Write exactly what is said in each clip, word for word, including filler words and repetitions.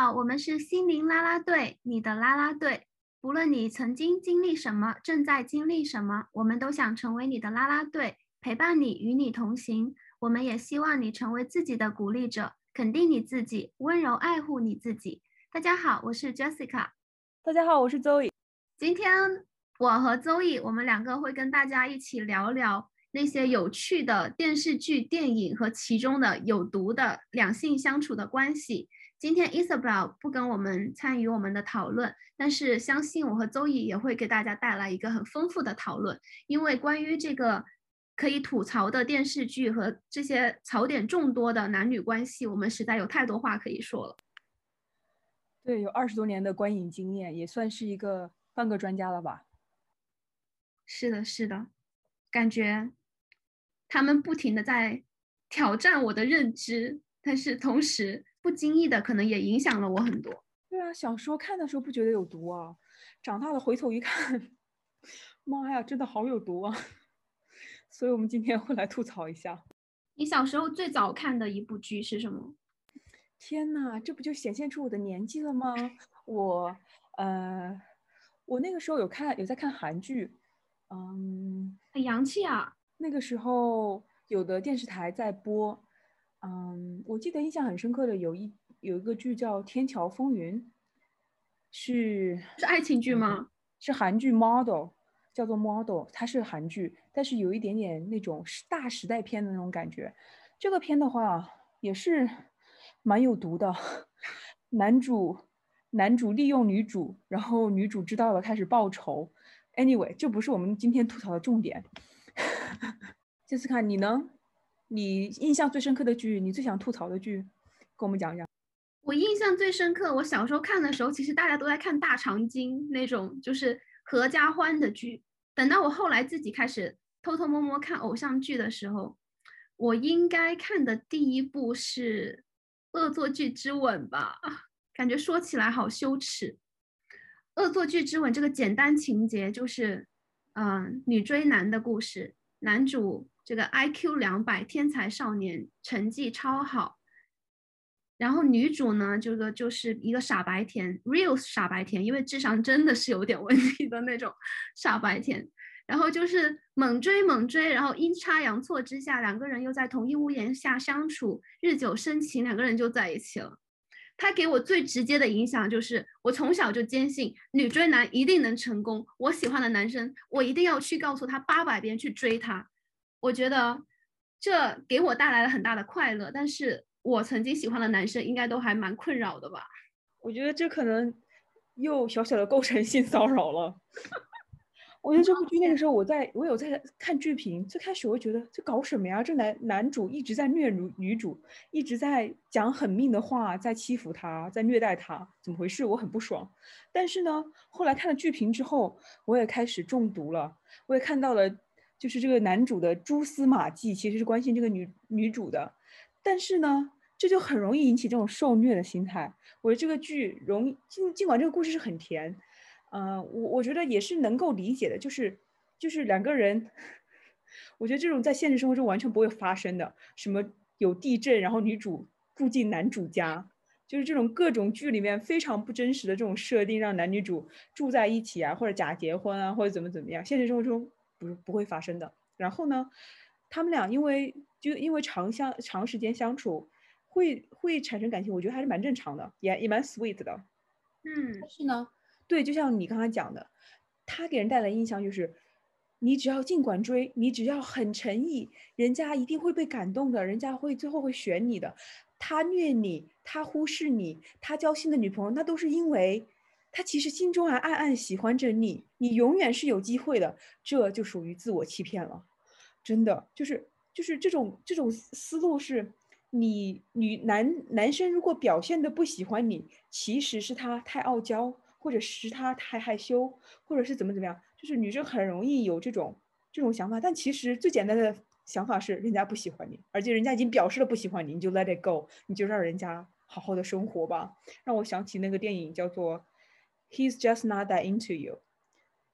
好，我们是心灵啦啦队，你的啦啦队。不论你曾经经历什么，正在经历什么，我们都想成为你的啦啦队，陪伴你，与你同行。我们也希望你成为自己的鼓励者，肯定你自己，温柔爱护你自己。大家好，我是 Jessica。 大家好，我是 Zoe。 今天我和 Zoe，我们两个会跟大家一起聊聊那些有趣的电视剧、电影和其中的有毒的两性相处的关系。今天 Isabel 不跟我们参与我们的讨论，但是相信我和 Zoe 也会给大家带来一个很丰富的讨论，因为关于这个可以吐槽的电视剧和这些槽点众多的男女关系，我们实在有太多话可以说了。 对，有二十多年的观影经验，也算是一个半个专家了吧。 是的，是的，感觉他们不停的在挑战我的认知，但是同时不经意的可能也影响了我很多。 对啊，小时候看的时候不觉得有毒啊，长大了回头一看，妈呀，真的好有毒啊！所以我们今天会来吐槽一下。 你小时候最早看的一部剧是什么？ 天哪，这不就显现出我的年纪了吗？我，呃，我那个时候有看，有在看韩剧，嗯， 很洋气啊。 那个时候有的电视台在播，嗯，我记得印象很深刻的有一有一个剧叫《天桥风云》，是是爱情剧吗？ 是韩剧 Model，叫做 Model，它是韩剧，但是有一点点那种大时代片的那种感觉。这个片的话也是蛮有毒的，男主男主利用女主，然后女主知道了开始报仇。Anyway，这不是我们今天吐槽的重点。杰斯卡，你呢？你印象最深刻的剧，你最想吐槽的剧，跟我们讲一讲。 我印象最深刻，我小时候看的时候，其实大家都在看大长今那种就是合家欢的剧。等到我后来自己开始偷偷摸摸看偶像剧的时候，我应该看的第一部是《恶作剧之吻》吧，感觉说起来好羞耻。《恶作剧之吻》这个简单情节就是，嗯、呃，女追男的故事，男主这个 I Q 两百天才少年，成绩超好。然后女主呢，这个就是一个傻白甜 real 傻白甜，因为智商真的是有点问题的那种傻白甜。然后就是猛追猛追，然后阴差阳错之下，两个人又在同一屋檐下相处，日久生情，两个人就在一起了。他给我最直接的影响就是，我从小就坚信女追男一定能成功，我喜欢的男生，我一定要去告诉他八百遍去追他。我觉得这给我带来了很大的快乐，但是我曾经喜欢的男生应该都还蛮困扰的吧。 我觉得这可能又小小的构成性骚扰了。我觉得这部剧那个时候我在我有在看剧评，最开始我会觉得这搞什么呀？这男男主一直在虐女女主，一直在讲狠命的话，在欺负她，在虐待她，怎么回事？我很不爽。但是呢，后来看了剧评之后，我也开始中毒了，我也看到了，就是这个男主的蛛丝马迹，其实是关心这个女女主的。但是呢，这就很容易引起这种受虐的心态。我觉得这个剧容易尽尽管这个故事是很甜。呃，我我觉得也是能够理解的，就是就是两个人，我觉得这种在现实生活中完全不会发生的，什么有地震，然后女主住进男主家，就是这种各种剧里面非常不真实的这种设定，让男女主住在一起啊，或者假结婚啊，或者怎么怎么样，现实生活中不不会发生的。然后呢，他们俩因为就因为长相长时间相处，会会产生感情，我觉得还是蛮正常的，也也蛮 sweet 的。 嗯， 但是呢，对，就像你刚才讲的，他给人带来印象就是，你只要尽管追，你只要很诚意，人家一定会被感动的，人家会最后会选你的。他虐你，他忽视你，他交新的女朋友，那都是因为他其实心中还暗暗喜欢着你，你永远是有机会的，这就属于自我欺骗了。真的就是就是这种这种思路是，你女男男生如果表现的不喜欢你，其实是他太傲娇，或者是他太害羞，或者是怎么怎么样，就是女生很容易有这种这种想法。但其实最简单的想法是，人家不喜欢你，而且人家已经表示了不喜欢你，你就 let it go，你就让人家好好的生活吧。让我想起那个电影叫做《He's Just Not That Into You》。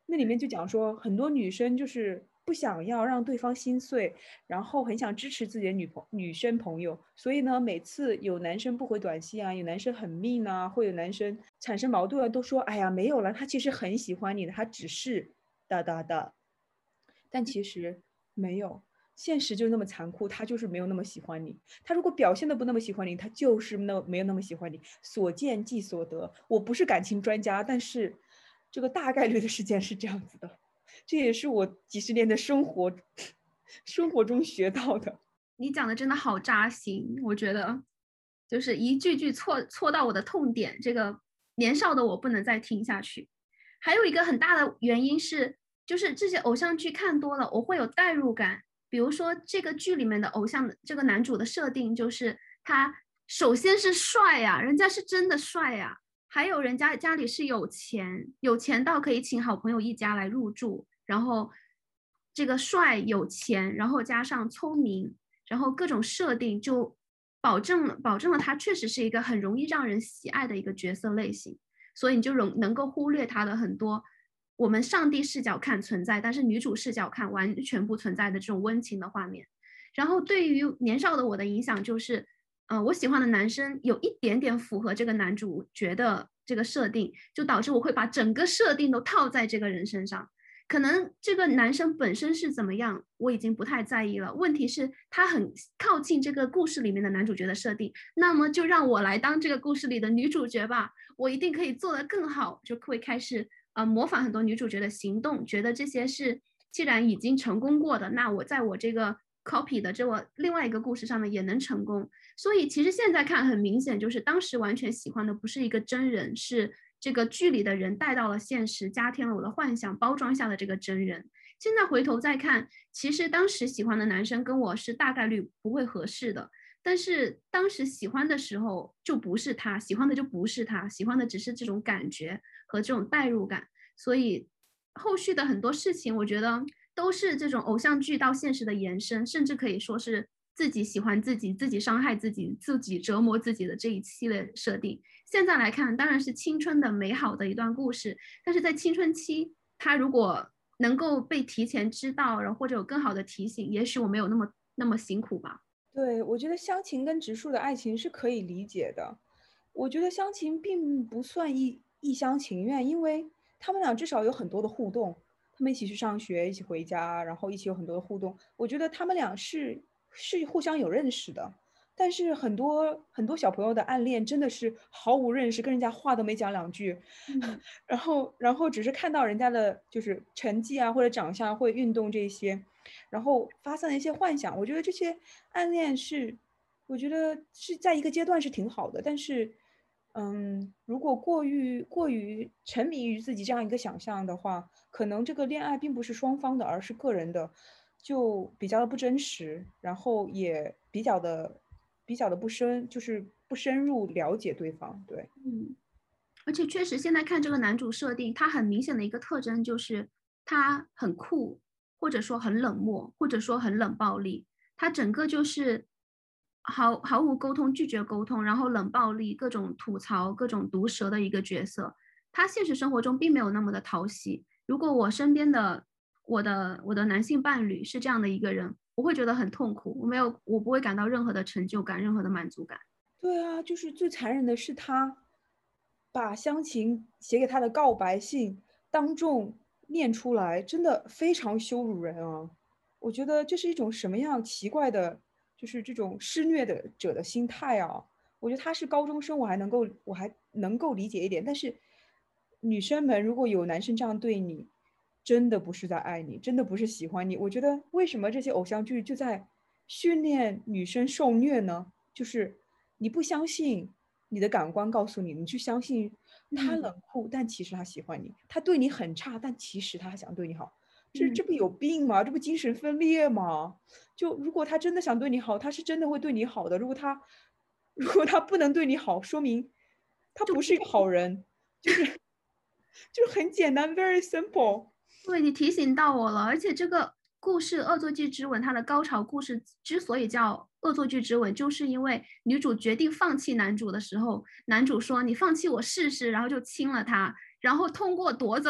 那里面就讲说，很多女生就是不想要让对方心碎，然后很想支持自己的女朋女生朋友，所以呢，每次有男生不回短信啊，有男生很命啊，会有男生产生矛盾啊，都说，哎呀，没有了，他其实很喜欢你的，他只是哒哒哒。但其实没有，现实就那么残酷，他就是没有那么喜欢你。他如果表现的不那么喜欢你，他就是那没有那么喜欢你。所见即所得。我不是感情专家，但是这个大概率的事件是这样子的，这也是我几十年的生活生活中学到的。 你讲的真的好扎心，我觉得就是一句句戳戳到我的痛点，这个年少的我不能再听下去。还有一个很大的原因是，就是这些偶像剧看多了，我会有代入感。比如说这个剧里面的偶像的这个男主的设定，就是他首先是帅呀，人家是真的帅呀，还有人家家里是有钱，有钱到可以请好朋友一家来入住，然后这个帅有钱，然后加上聪明，然后各种设定就保证了保证了他确实是一个很容易让人喜爱的一个角色类型。所以你就容能够忽略他的很多我们上帝视角看存在，但是女主视角看完全不存在的这种温情的画面。然后对于年少的我的影响就是，呃，我喜欢的男生有一点点符合这个男主角的这个设定，就导致我会把整个设定都套在这个人身上。可能这个男生本身是怎么样，我已经不太在意了。问题是，他很靠近这个故事里面的男主角的设定，那么就让我来当这个故事里的女主角吧，我一定可以做得更好，就会开始呃模仿很多女主角的行动，觉得这些是既然已经成功过的，那我在我这个 copy 的这我另外一个故事上面也能成功。所以其实现在看很明显，就是当时完全喜欢的不是一个真人，是这个剧里的人带到了现实，加添了我的幻想，包装下的这个真人。现在回头再看，其实当时喜欢的男生跟我是大概率不会合适的，但是当时喜欢的时候就不是他，喜欢的就不是他，喜欢的只是这种感觉和这种代入感。所以后续的很多事情，我觉得都是这种偶像剧到现实的延伸，甚至可以说是自己喜欢自己、自己伤害自己、自己折磨自己的这一系列设定。现在来看，当然是青春的美好的一段故事，但是在青春期，他如果能够被提前知道，然后或者有更好的提醒，也许我没有那么那么辛苦吧。 对，我觉得湘琴跟直树的爱情是可以理解的。我觉得湘琴并不算一一厢情愿，因为他们俩至少有很多的互动，他们一起去上学，一起回家，然后一起有很多的互动。我觉得他们俩是是互相有认识的。但是很多很多小朋友的暗恋真的是毫无认识，跟人家话都没讲两句， 嗯然后然后只是看到人家的就是成绩啊或者长相或者运动这些，然后发散了一些幻想。我觉得这些暗恋是，我觉得是在一个阶段是挺好的，但是，嗯，如果过于过于沉迷于自己这样一个想象的话，可能这个恋爱并不是双方的，而是个人的，就比较的不真实，然后也比较的比较的不深，就是不深入了解对方。对， 嗯。而且确实，现在看这个男主设定，他很明显的一个特征就是他很酷，或者说很冷漠，或者说很冷暴力。他整个就是毫毫无沟通，拒绝沟通，然后冷暴力，各种吐槽，各种毒舌的一个角色。他现实生活中并没有那么的讨喜。如果我身边的我的我的男性伴侣是这样的一个人，我会觉得很痛苦，我没有，我不会感到任何的成就感，任何的满足感。 对啊，就是最残忍的是他把湘琴写给他的告白信当众念出来，真的非常羞辱人啊！我觉得这是一种什么样奇怪的，就是这种施虐的者的心态啊！我觉得他是高中生，我还能够我还能够理解一点，但是女生们如果有男生这样对你，真的不是在爱你，真的不是喜欢你。我觉得为什么这些偶像剧就在训练女生受虐呢？就是你不相信你的感官告诉你，你去相信他嗯冷酷，但其实他喜欢你；他对你很差，但其实他还想对你好。这嗯。 这不有病吗？这不精神分裂吗？就如果他真的想对你好，他是真的会对你好的。如果他如果他不能对你好，说明他不是一个好人。就是就是很简单，very simple。 对，你提醒到我了，而且这个故事《恶作剧之吻》它的高潮故事之所以叫恶作剧之吻，就是因为女主决定放弃男主的时候，男主说：“你放弃我试试。”然后就亲了他，然后通过夺走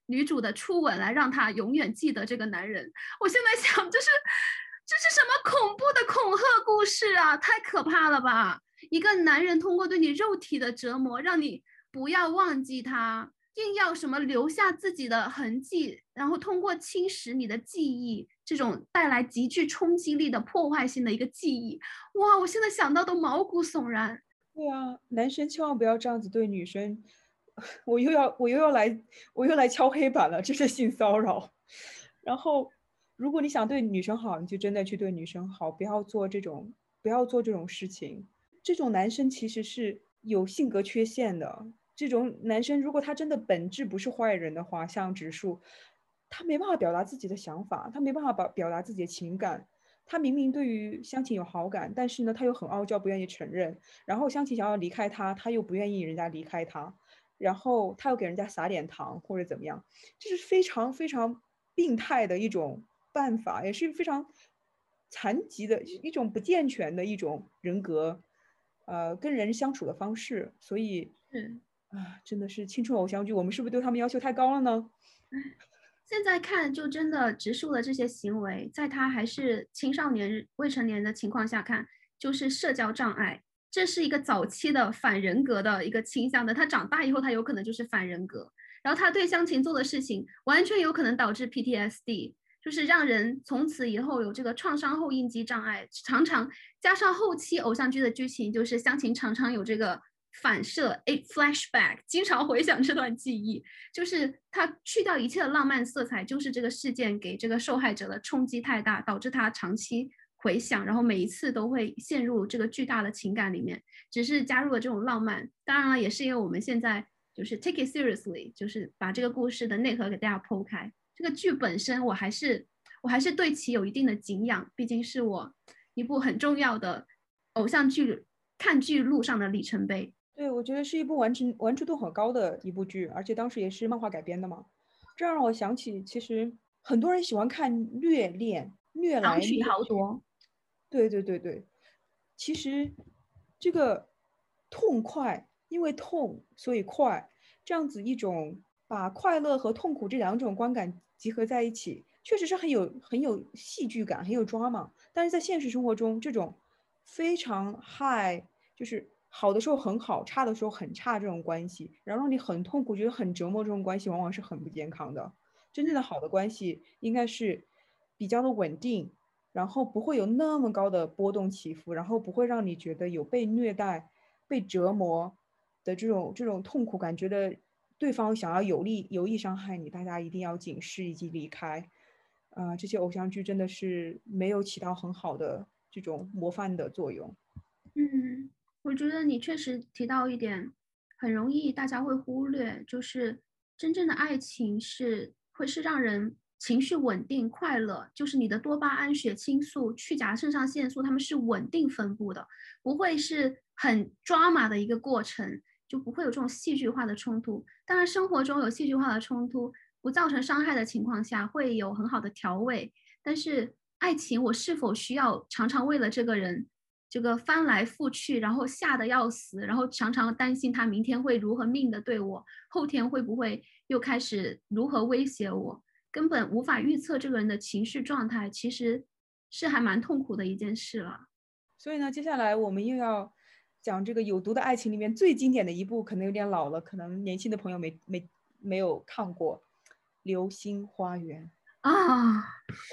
女主的初吻来让他永远记得这个男人。我现在想，这是这是什么恐怖的恐吓故事啊？太可怕了吧！一个男人通过对你肉体的折磨，让你不要忘记他，硬要什么留下自己的痕迹，然后通过侵蚀你的记忆，这种带来极具冲击力的破坏性的一个记忆。哇，我现在想到都毛骨悚然。 对啊，男生千万不要这样子对女生。我又要我又要来我又来敲黑板了，这是性骚扰。然后，如果你想对女生好，你就真的去对女生好，不要做这种不要做这种事情。这种男生其实是有性格缺陷的。这种男生如果他真的本质不是坏人的话，像植树，他没办法表达自己的想法，他没办法表表达自己的情感。他明明对于湘琴有好感，但是呢，他又很傲娇，不愿意承认。然后湘琴想要离开他，他又不愿意人家离开他。然后他又给人家撒点糖或者怎么样，这是非常非常病态的一种办法，也是非常残疾的一种不健全的一种人格，呃，跟人相处的方式。所以， 是啊，真的是青春偶像剧，我们是不是对他们要求太高了呢？ 现在看，就真的植树的这些行为，在他还是青少年、未成年的情况下看，就是社交障碍。这是一个早期的反人格的一个倾向的，他长大以后，他有可能就是反人格。然后他对湘琴做的事情，完全有可能导致 P T S D，就是让人从此以后有这个创伤后应激障碍。常常加上后期偶像剧的剧情，就是湘琴常常有这个反射 a flashback， 经常回想这段记忆，就是他去掉一切的浪漫色彩，就是这个事件给这个受害者的冲击太大，导致他长期回想，然后每一次都会陷入这个巨大的情感里面，只是加入了这种浪漫。当然了，也是因为我们现在就是 take it seriously， 就是把这个故事的内核给大家剖开。这个剧本身，我还是我还是对其有一定的敬仰，毕竟是我一部很重要的偶像剧看剧路上的里程碑。 对，我觉得是一部完成完成度很高的一部剧，而且当时也是漫画改编的嘛。这让我想起，其实很多人喜欢看虐恋、虐长曲来虐去。 豪夺。 对对对对，其实这个痛快，因为痛所以快，这样子一种把快乐和痛苦这两种观感集合在一起，确实是很有很有戏剧感，很有 drama。但是在现实生活中，这种非常 high，就是好的时候很好，差的时候很差这种关系，然后让你很痛苦，觉得很折磨，这种关系往往是很不健康的。真正的好的关系应该是比较的稳定，然后不会有那么高的波动起伏，然后不会让你觉得有被虐待、被折磨的这种这种痛苦感，觉得对方想要有力有意伤害你，大家一定要警示以及离开。啊、呃，这些偶像剧真的是没有起到很好的这种模范的作用。 嗯，我觉得你确实提到一点，很容易大家会忽略，就是真正的爱情是会是让人情绪稳定、快乐，就是你的多巴胺、血清素、去甲肾上腺素，它们是稳定分布的，不会是很 drama 的一个过程，就不会有这种戏剧化的冲突。当然，生活中有戏剧化的冲突，不造成伤害的情况下，会有很好的调味。但是爱情，我是否需要常常为了这个人？这个翻来覆去，然后吓得要死，然后常常担心他明天会如何命的对我，后天会不会又开始如何威胁我，根本无法预测这个人的情绪状态，其实是还蛮痛苦的一件事了。 所以呢，接下来我们又要讲这个有毒的爱情里面最经典的一部，可能有点老了，可能年轻的朋友没没没有看过《流星花园》 啊。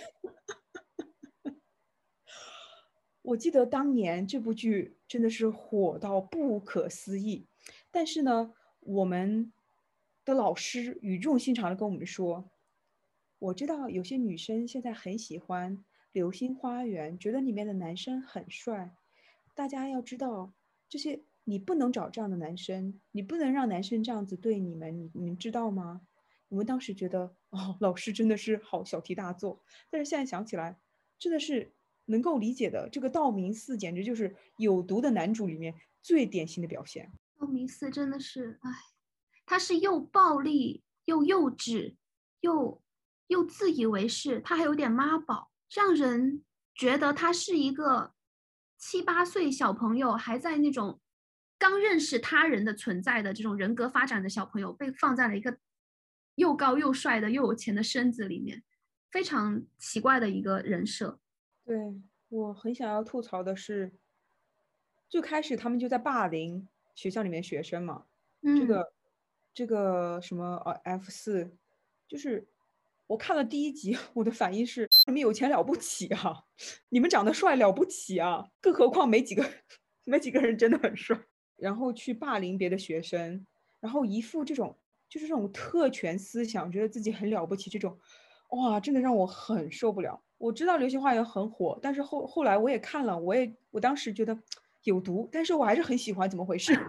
我记得当年这部剧真的是火到不可思议，但是呢，我们的老师语重心长的跟我们说，我知道有些女生现在很喜欢《流星花园》，觉得里面的男生很帅，大家要知道，这些你不能找这样的男生，你不能让男生这样子对你们，你你们知道吗？我们当时觉得，哦，老师真的是好小题大做，但是现在想起来，真的是能够理解的。这个道明寺简直就是有毒的男主里面最典型的表现。 道明寺真的是，哎，他是又暴力又幼稚，又又自以为是，他还有点妈宝，让人觉得他是一个七八岁小朋友，还在那种刚认识他人的存在的这种人格发展的小朋友，被放在了一个又高又帅的又有钱的身子里面，非常奇怪的一个人设。 对，我很想要吐槽的是，最开始他们就在霸凌学校里面学生嘛，这嗯， 个这个什么呃 F 四，就是我看了第一集，我的反应是你们有钱了不起啊，你们长得帅了不起啊，更何况没几个没几个人真的很帅，然后去霸凌别的学生，然后一副这种就是这种特权思想，觉得自己很了不起，这种哇，真的让我很受不了。我知道《流星花园》很火，但是后后来我也看了，我也我当时觉得有毒，但是我还是很喜欢，怎么回事？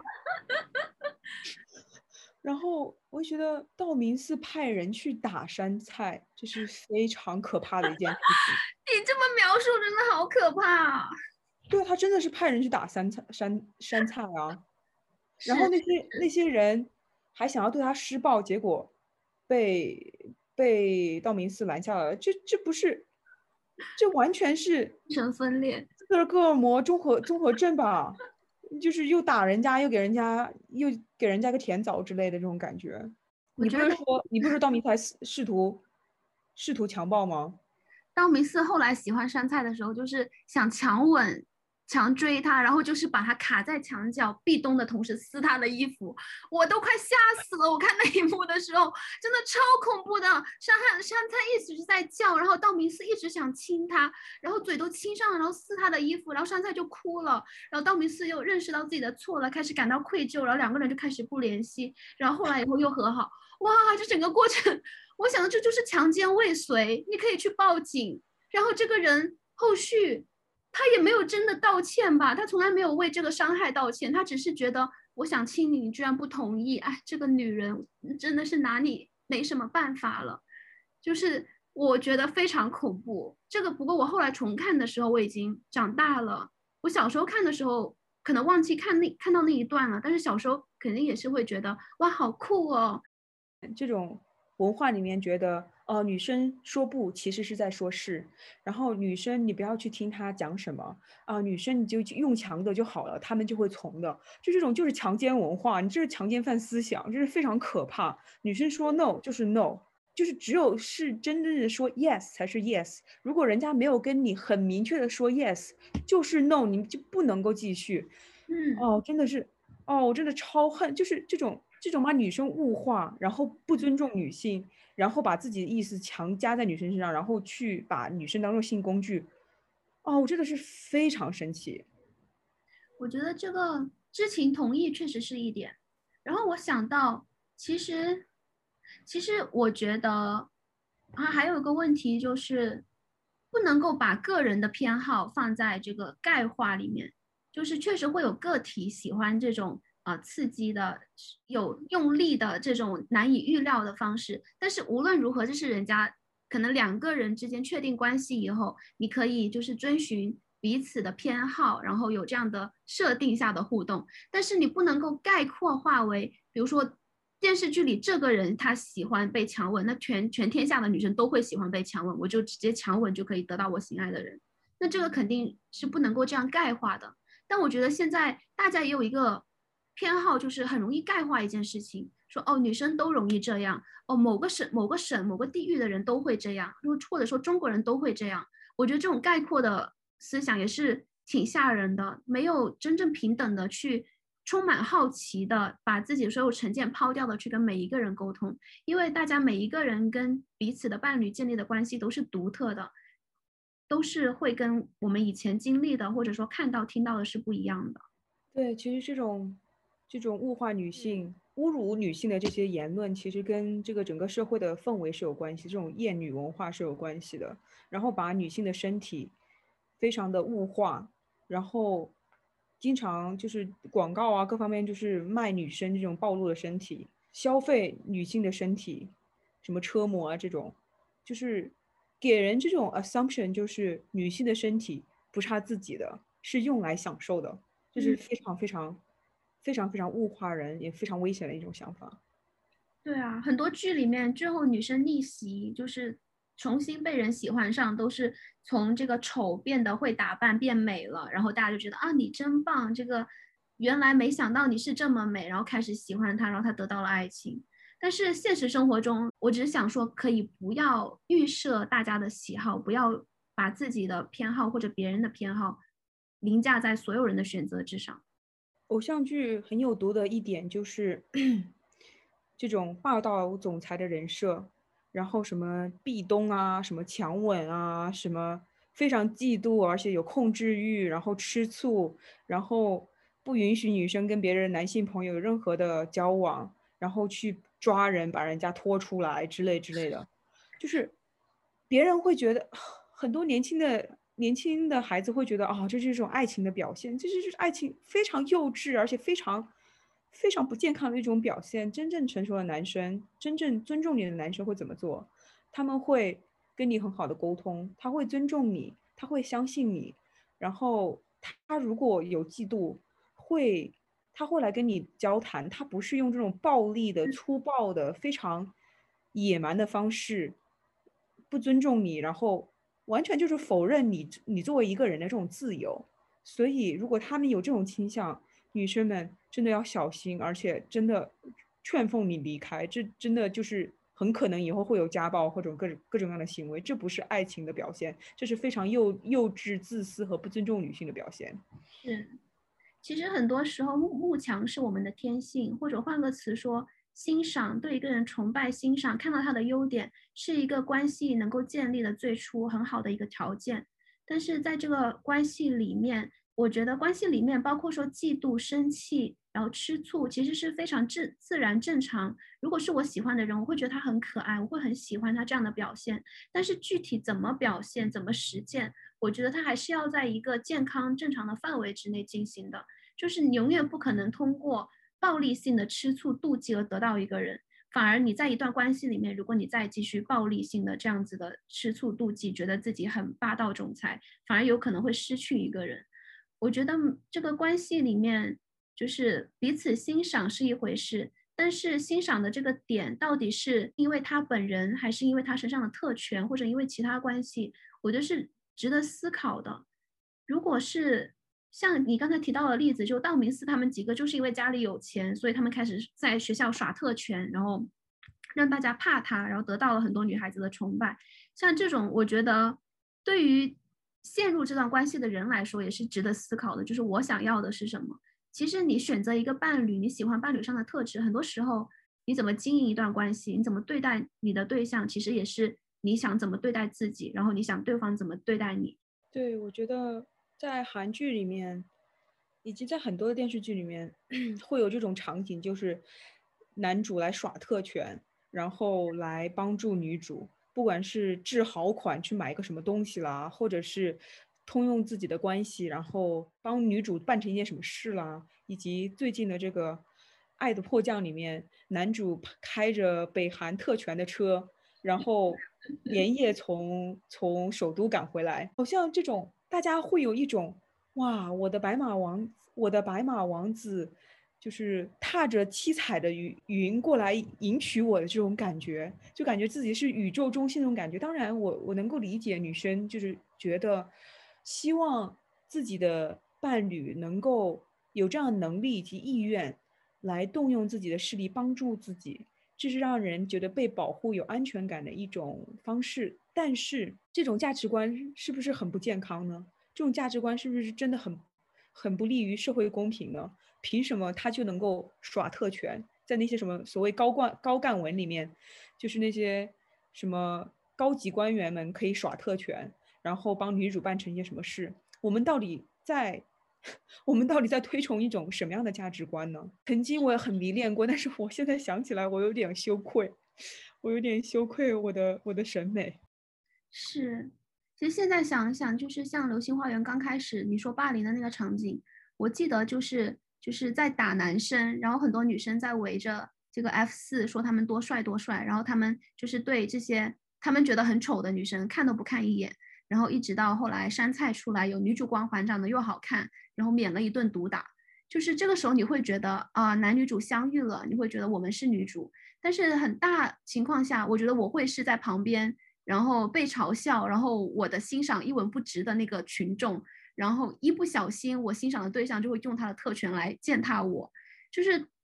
然后我觉得道明寺派人去打山菜，这是非常可怕的一件事情。 你这么描述真的好可怕啊。 对，他真的是派人去打山菜山山菜啊。然后是， 那些那些人还想要对他施暴，结果被被道明寺拦下了。这这不是，这完全是精神分裂。 斯德哥尔摩综合综合症吧？就是又打人家，又给人家又给人家个甜枣之类的这种感觉。你不是我觉得说你不是说道明寺还试试图试图强暴吗？ 道明寺后来喜欢杉菜的时候，就是想强吻、强追他，然后就是把他卡在墙角壁咚的同时撕他的衣服，我都快吓死了。我看那一幕的时候，真的超恐怖的。山汉杉菜一直是在叫，然后道明寺一直想亲他，然后嘴都亲上了，然后撕他的衣服，然后杉菜就哭了，然后道明寺又认识到自己的错了，开始感到愧疚，然后两个人就开始不联系，然后后来以后又和好。哇，这整个过程我想的这就是强奸未遂，你可以去报警。然后这个人后续他也没有真的道歉吧，他从来没有为这个伤害道歉，他只是觉得我想亲你，你居然不同意，哎，这个女人真的是拿你没什么办法了，就是我觉得非常恐怖。这个不过我后来重看的时候我已经长大了，我小时候看的时候可能忘记看那看到那一段了，但是小时候肯定也是会觉得哇好酷哦。 这种文化里面觉得，呃，女生说不其实是在说是，然后女生你不要去听她讲什么啊、女生你就用强的就好了，她们就会从的，就这种就是强奸文化，你这是强奸犯思想，这是非常可怕。女生说 no 就是 no，就是只有是真正的说 yes 才是 yes，如果人家没有跟你很明确的说 yes，就是 no，你就不能够继续。 嗯。 哦，真的是，哦，我真的超恨，就是这种这种把女生物化，然后不尊重女性，然后把自己的意思强加在女生身上，然后去把女生当做性工具。哦，我真的是非常生气。 我觉得这个知情同意确实是一点。然后我想到，其实，其实我觉得啊，还有一个问题就是，不能够把个人的偏好放在这个概化里面。就是确实会有个体喜欢这种呃刺激的、有用力的这种难以预料的方式，但是无论如何，这是人家可能两个人之间确定关系以后，你可以就是遵循彼此的偏好，然后有这样的设定下的互动，但是你不能够概括化为，比如说电视剧里这个人他喜欢被强吻，那全全天下的女生都会喜欢被强吻，我就直接强吻就可以得到我心爱的人，那这个肯定是不能够这样概化的。但我觉得现在大家也有一个偏好，就是很容易概化一件事情，说哦女生都容易这样，哦某个省某个省某个地域的人都会这样，或者说中国人都会这样。我觉得这种概括的思想也是挺吓人的，没有真正平等的去充满好奇的把自己所有成见抛掉的去跟每一个人沟通，因为大家每一个人跟彼此的伴侣建立的关系都是独特的，都是会跟我们以前经历的或者说看到听到的是不一样的。 对，其实这种这种物化女性、侮辱女性的这些言论，其实跟这个整个社会的氛围是有关系，这种厌女文化是有关系的。然后把女性的身体非常的物化，然后经常就是广告啊各方面就是卖女生这种暴露的身体，消费女性的身体，什么车模啊这种，就是给人这种 assumption，就是女性的身体不是她自己的，是用来享受的。这是嗯， 非常非常非常非常物化人，也非常危险的一种想法。 对啊，很多剧里面最后女生逆袭，就是重新被人喜欢上，都是从这个丑变得会打扮变美了，然后大家就觉得啊你真棒，这个原来没想到你是这么美，然后开始喜欢她，然后她得到了爱情。 但是现实生活中，我只是想说，可以不要预设大家的喜好，不要把自己的偏好或者别人的偏好凌驾在所有人的选择之上。 偶像剧很有毒的一点就是这种霸道总裁的人设，然后什么壁咚啊，什么强吻啊，什么非常嫉妒，而且有控制欲，然后吃醋，然后不允许女生跟别人男性朋友有任何的交往，然后去抓人，把人家拖出来之类之类的，就是别人会觉得很多年轻的年轻的孩子会觉得啊、这是一种爱情的表现，这就是爱情非常幼稚，而且非常非常不健康的一种表现。真正成熟的男生，真正尊重你的男生会怎么做？他们会跟你很好的沟通，他会尊重你，他会相信你，然后他如果有嫉妒，会他会来跟你交谈，他不是用这种暴力的、粗暴的、非常野蛮的方式不尊重你，然后完全就是否认你你作为一个人的这种自由。所以，如果他们有这种倾向，女生们真的要小心，而且真的劝奉你离开，这真的就是很可能以后会有家暴或者各种各种各样的行为，这不是爱情的表现，这是非常幼幼稚、自私和不尊重女性的表现。 是，其实很多时候慕慕强是我们的天性，或者换个词说，欣赏，对一个人崇拜欣赏，看到他的优点，是一个关系能够建立的最初很好的一个条件。但是在这个关系里面，我觉得关系里面包括说嫉妒、生气，然后吃醋，其实是非常自自然正常。如果是我喜欢的人，我会觉得他很可爱，我会很喜欢他这样的表现。但是具体怎么表现、怎么实践，我觉得他还是要在一个健康正常的范围之内进行的。就是你永远不可能通过暴力性的吃醋、妒忌而得到一个人，反而你在一段关系里面，如果你再继续暴力性的这样子的吃醋、妒忌，觉得自己很霸道总裁，反而有可能会失去一个人。我觉得这个关系里面，就是彼此欣赏是一回事，但是欣赏的这个点到底是因为他本人，还是因为他身上的特权，或者因为其他关系，我觉得是值得思考的。如果是像你刚才提到的例子，就道明寺他们几个就是因为家里有钱，所以他们开始在学校耍特权，然后让大家怕他，然后得到了很多女孩子的崇拜。像这种，我觉得对于陷入这段关系的人来说，也是值得思考的。就是我想要的是什么？其实你选择一个伴侣，你喜欢伴侣上的特质，很多时候你怎么经营一段关系，你怎么对待你的对象，其实也是你想怎么对待自己，然后你想对方怎么对待你。 对，我觉得在韩剧里面，以及在很多的电视剧里面，会有这种场景，就是男主来耍特权，然后来帮助女主，不管是置豪款去买一个什么东西啦，或者是通用自己的关系，然后帮女主办成一件什么事啦，以及最近的这个《爱的迫降》里面，男主开着北韩特权的车。然后连夜从从首都赶回来，好像这种大家会有一种哇，我的白马王，我的白马王子，就是踏着七彩的云云过来迎娶我的这种感觉，就感觉自己是宇宙中心那种感觉。当然我，我能够理解女生就是觉得希望自己的伴侣能够有这样的能力以及意愿来动用自己的势力帮助自己。这是让人觉得被保护、有安全感的一种方式。但是，这种价值观是不是很不健康呢？这种价值观是不是真的很、很不利于社会公平呢？凭什么他就能够耍特权？在那些什么所谓高官、高干文里面，就是那些什么高级官员们可以耍特权，然后帮女主办成一些什么事？我们到底在我们到底在推崇一种什么样的价值观呢？曾经我也很迷恋过，但是我现在想起来，我有点羞愧，我有点羞愧我的我的审美。 是，其实现在想想，就是像《流星花园》刚开始你说霸凌的那个场景，我记得就是就是在打男生，然后很多女生在围着这个 F 四说他们多帅多帅，然后他们就是对这些他们觉得很丑的女生看都不看一眼，然后一直到后来杉菜出来，有女主光环长得又好看，然后免了一顿毒打，就是这个时候你会觉得啊、男女主相遇了，你会觉得我们是女主，但是很大情况下，我觉得我会是在旁边。然后被嘲笑，然后我的欣赏一文不值的那个群众，然后一不小心，我欣赏的对象就会用他的特权来践踏我，就是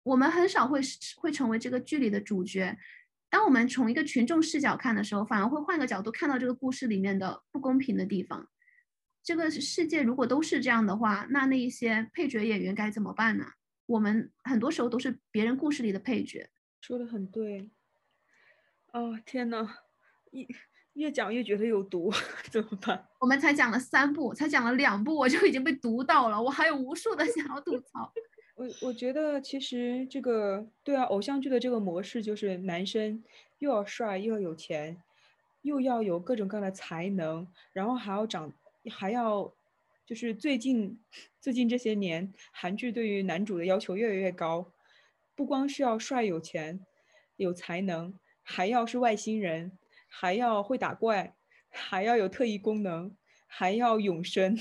我们很少会会成为这个剧里的主角。当我们从一个群众视角看的时候，反而会换个角度看到这个故事里面的不公平的地方。这个世界如果都是这样的话，那那一些配角演员该怎么办呢？我们很多时候都是别人故事里的配角。 说的很对。哦，天哪，越越讲越觉得有毒，怎么办？ 我们才讲了三部，才讲了两部，我就已经被毒到了，我还有无数的想要吐槽。 我我觉得其实这个对啊，偶像剧的这个模式就是男生又要帅又要有钱，又要有各种各样的才能，然后还要长，还要就是最近最近这些年韩剧对于男主的要求越来越高，不光是要帅有钱有才能，还要是外星人，还要会打怪，还要有特异功能，还要永生。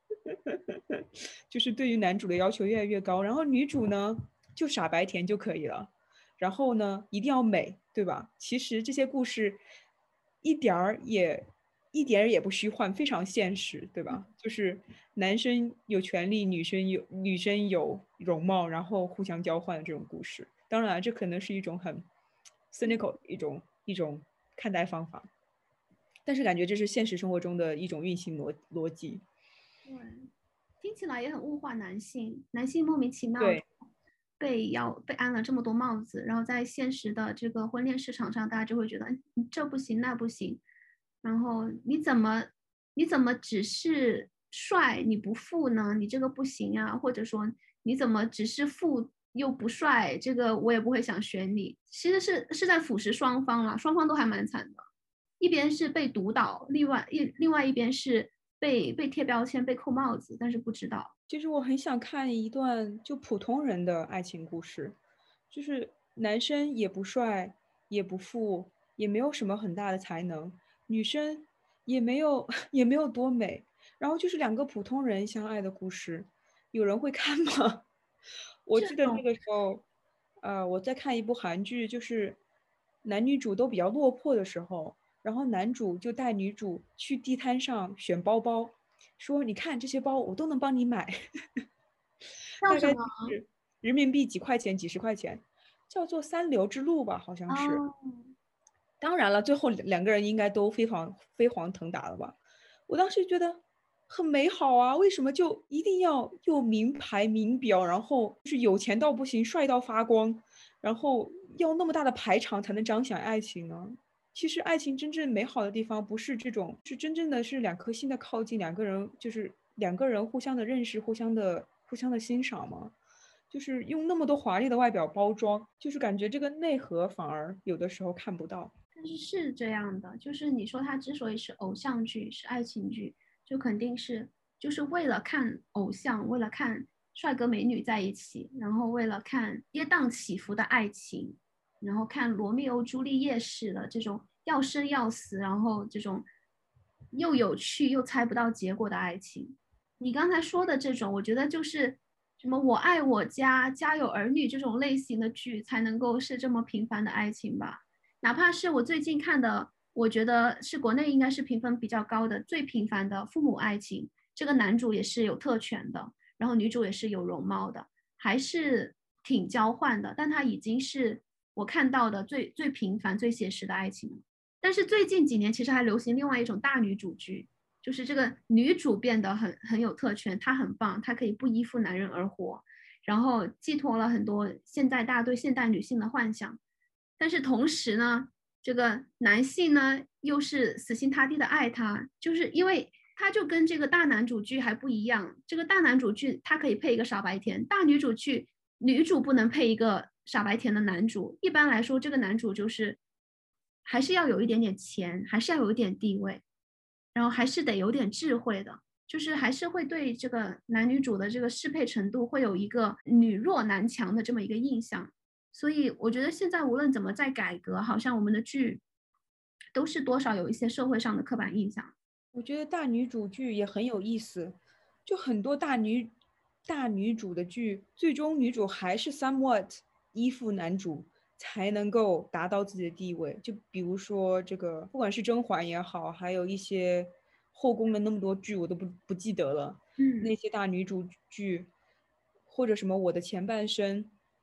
就是对于男主的要求越来越高，然后女主呢就傻白甜就可以了，然后呢一定要美，对吧？其实这些故事一点儿也一点儿也不虚幻，非常现实，对吧？就是男生有权利，女生有女生有容貌，然后互相交换的这种故事。当然，这可能是一种很 cynical 一种一种看待方法，但是感觉这是现实生活中的一种运行逻逻辑。 对，听起来也很物化男性，男性莫名其妙对。 被要被安了这么多帽子，然后在现实的这个婚恋市场上，大家就会觉得你这不行那不行，然后你怎么你怎么只是帅你不富呢？你这个不行啊，或者说你怎么只是富又不帅，这个我也不会想选你。其实是是在腐蚀双方了，双方都还蛮惨的，一边是被毒倒，另外一另外一边是被被贴标签被扣帽子，但是不知道。 其实我很想看一段就普通人的爱情故事，就是男生也不帅，也不富，也没有什么很大的才能，女生也没有也没有多美，然后就是两个普通人相爱的故事，有人会看吗？我记得那这种个时候，呃，我在看一部韩剧，就是男女主都比较落魄的时候，然后男主就带女主去地摊上选包包，说你看这些包我都能帮你买。大概就叫什么？ 是人民币几块钱、几十块钱，叫做三流之路吧，好像是。 哦， 当然了，最后两个人应该都飞黄飞黄腾达了吧？我当时觉得很美好啊，为什么就一定要又名牌名表，然后就是有钱到不行，帅到发光，然后要那么大的排场才能彰显爱情呢？其实爱情真正美好的地方不是这种，是真正的是两颗心的靠近，两个人就是两个人互相的认识，互相的互相的欣赏嘛。就是用那么多华丽的外表包装，就是感觉这个内核反而有的时候看不到。 但是是这样的，就是你说它之所以是偶像剧，是爱情剧，就肯定是就是为了看偶像，为了看帅哥美女在一起，然后为了看跌宕起伏的爱情，然后看罗密欧朱丽叶式的这种要生要死，然后这种又有趣又猜不到结果的爱情。你刚才说的这种，我觉得就是什么“我爱我家”《家有儿女》这种类型的剧才能够是这么平凡的爱情吧。哪怕是我最近看的，我觉得是国内应该是评分比较高的最平凡的父母爱情，这个男主也是有特权的，然后女主也是有容貌的，还是挺交换的，但它已经是我看到的最最平凡、最写实的爱情了。但是最近几年其实还流行另外一种大女主剧，就是这个女主变得很很有特权，她很棒，她可以不依附男人而活，然后寄托了很多现在大家对现代女性的幻想。但是同时呢，这个男性呢又是死心塌地的爱她，就是因为他就跟这个大男主剧还不一样，这个大男主剧他可以配一个傻白甜，大女主剧女主不能配一个傻白甜的男主。一般来说，这个男主就是还是要有一点点钱，还是要有一点地位，然后还是得有点智慧的，就是还是会对这个男女主的这个适配程度会有一个女弱男强的这么一个印象。所以我觉得现在无论怎么在改革，好像我们的剧都是多少有一些社会上的刻板印象。 我觉得大女主剧也很有意思，就很多大女大女主的剧，最终女主还是 somewhat 依附男主才能够达到自己的地位。就比如说这个，不管是甄嬛也好，还有一些后宫的那么多剧，我都不不记得了。那嗯， 些大女主剧，或者什么我的前半生，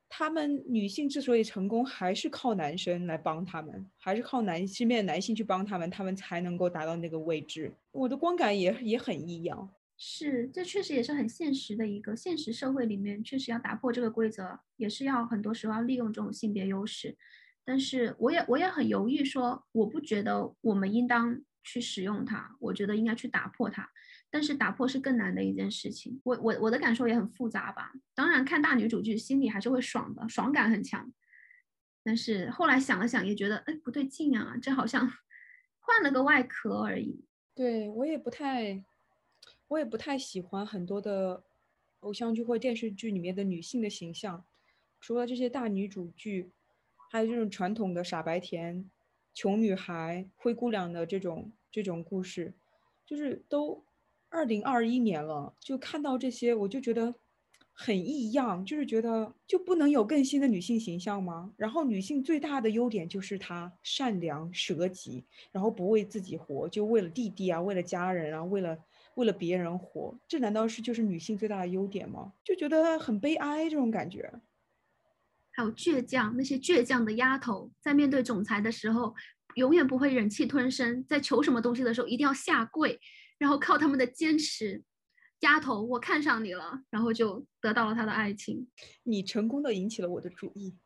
他们女性之所以成功，还是靠男生来帮他们，还是靠男身边的男性去帮他们，他们才能够达到那个位置。我的观感也也很异样。 是，这确实也是很现实的一个现实社会里面，确实要打破这个规则，也是要很多时候要利用这种性别优势。但是我也我也很犹豫说，我不觉得我们应当去使用它，我觉得应该去打破它。但是打破是更难的一件事情，我我我的感受也很复杂吧。当然看大女主剧心里还是会爽的，爽感很强。但是后来想了想，也觉得哎不对劲啊，这好像换了个外壳而已。 对，我也不太，我也不太喜欢很多的偶像剧或电视剧里面的女性的形象，除了这些大女主剧，还有这种传统的傻白甜、穷女孩、灰姑娘的这种这种故事，就是都二零二一年了，就看到这些，我就觉得很异样，就是觉得就不能有更新的女性形象吗？然后女性最大的优点就是她善良、舍己，然后不为自己活，就为了弟弟啊，为了家人啊，为了为了别人活，这难道是就是女性最大的优点吗？就觉得很悲哀这种感觉。 还有倔强，那些倔强的丫头，在面对总裁的时候，永远不会忍气吞声，在求什么东西的时候一定要下跪，然后靠他们的坚持，丫头，我看上你了，然后就得到了他的爱情。 你成功的引起了我的注意。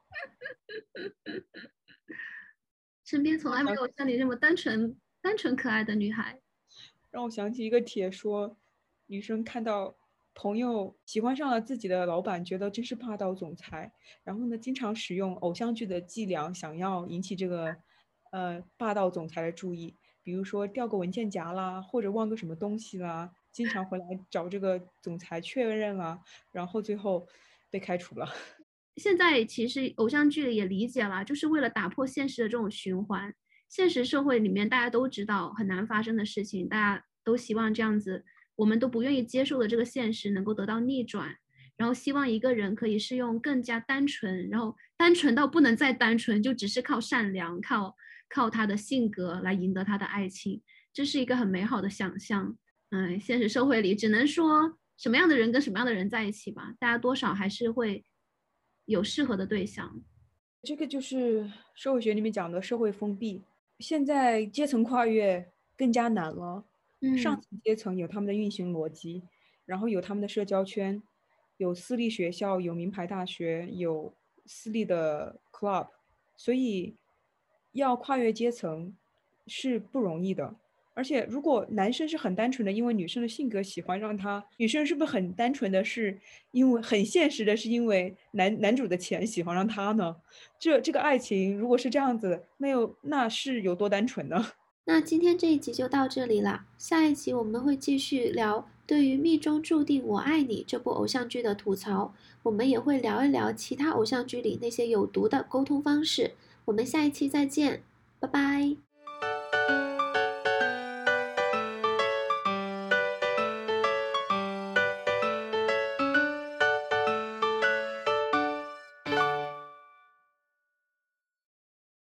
身边从来没有像你这么单纯、单纯可爱的女孩。 让我想起一个帖说，女生看到朋友喜欢上了自己的老板，觉得真是霸道总裁，然后呢，经常使用偶像剧的伎俩，想要引起这个呃霸道总裁的注意，比如说掉个文件夹啦，或者忘个什么东西啦，经常回来找这个总裁确认啦，然后最后被开除了。 现在其实偶像剧也理解了，就是为了打破现实的这种循环。现实社会里面大家都知道很难发生的事情，大家都希望这样子，我们都不愿意接受的这个现实能够得到逆转，然后希望一个人可以是用更加单纯，然后单纯到不能再单纯，就只是靠善良，靠靠他的性格来赢得他的爱情，这是一个很美好的想象。嗯，现实社会里只能说什么样的人跟什么样的人在一起吧，大家多少还是会有适合的对象。 这个就是社会学里面讲的社会封闭，现在阶层跨越更加难了。上嗯， 层阶层有他们的运行逻辑，然后有他们的社交圈，有私立学校，有名牌大学，有私立的 club，所以要跨越阶层是不容易的。而且如果男生是很单纯的，因为女生的性格喜欢上他，女生是不是很单纯的是因为很现实的是因为男男主的钱喜欢上他呢？这这个爱情如果是这样子，那又那是有多单纯呢？ 那今天这一集就到这里了，下一集我们会继续聊对于《命中注定我爱你》这部偶像剧的吐槽，我们也会聊一聊其他偶像剧里那些有毒的沟通方式。我们下一期再见，拜拜。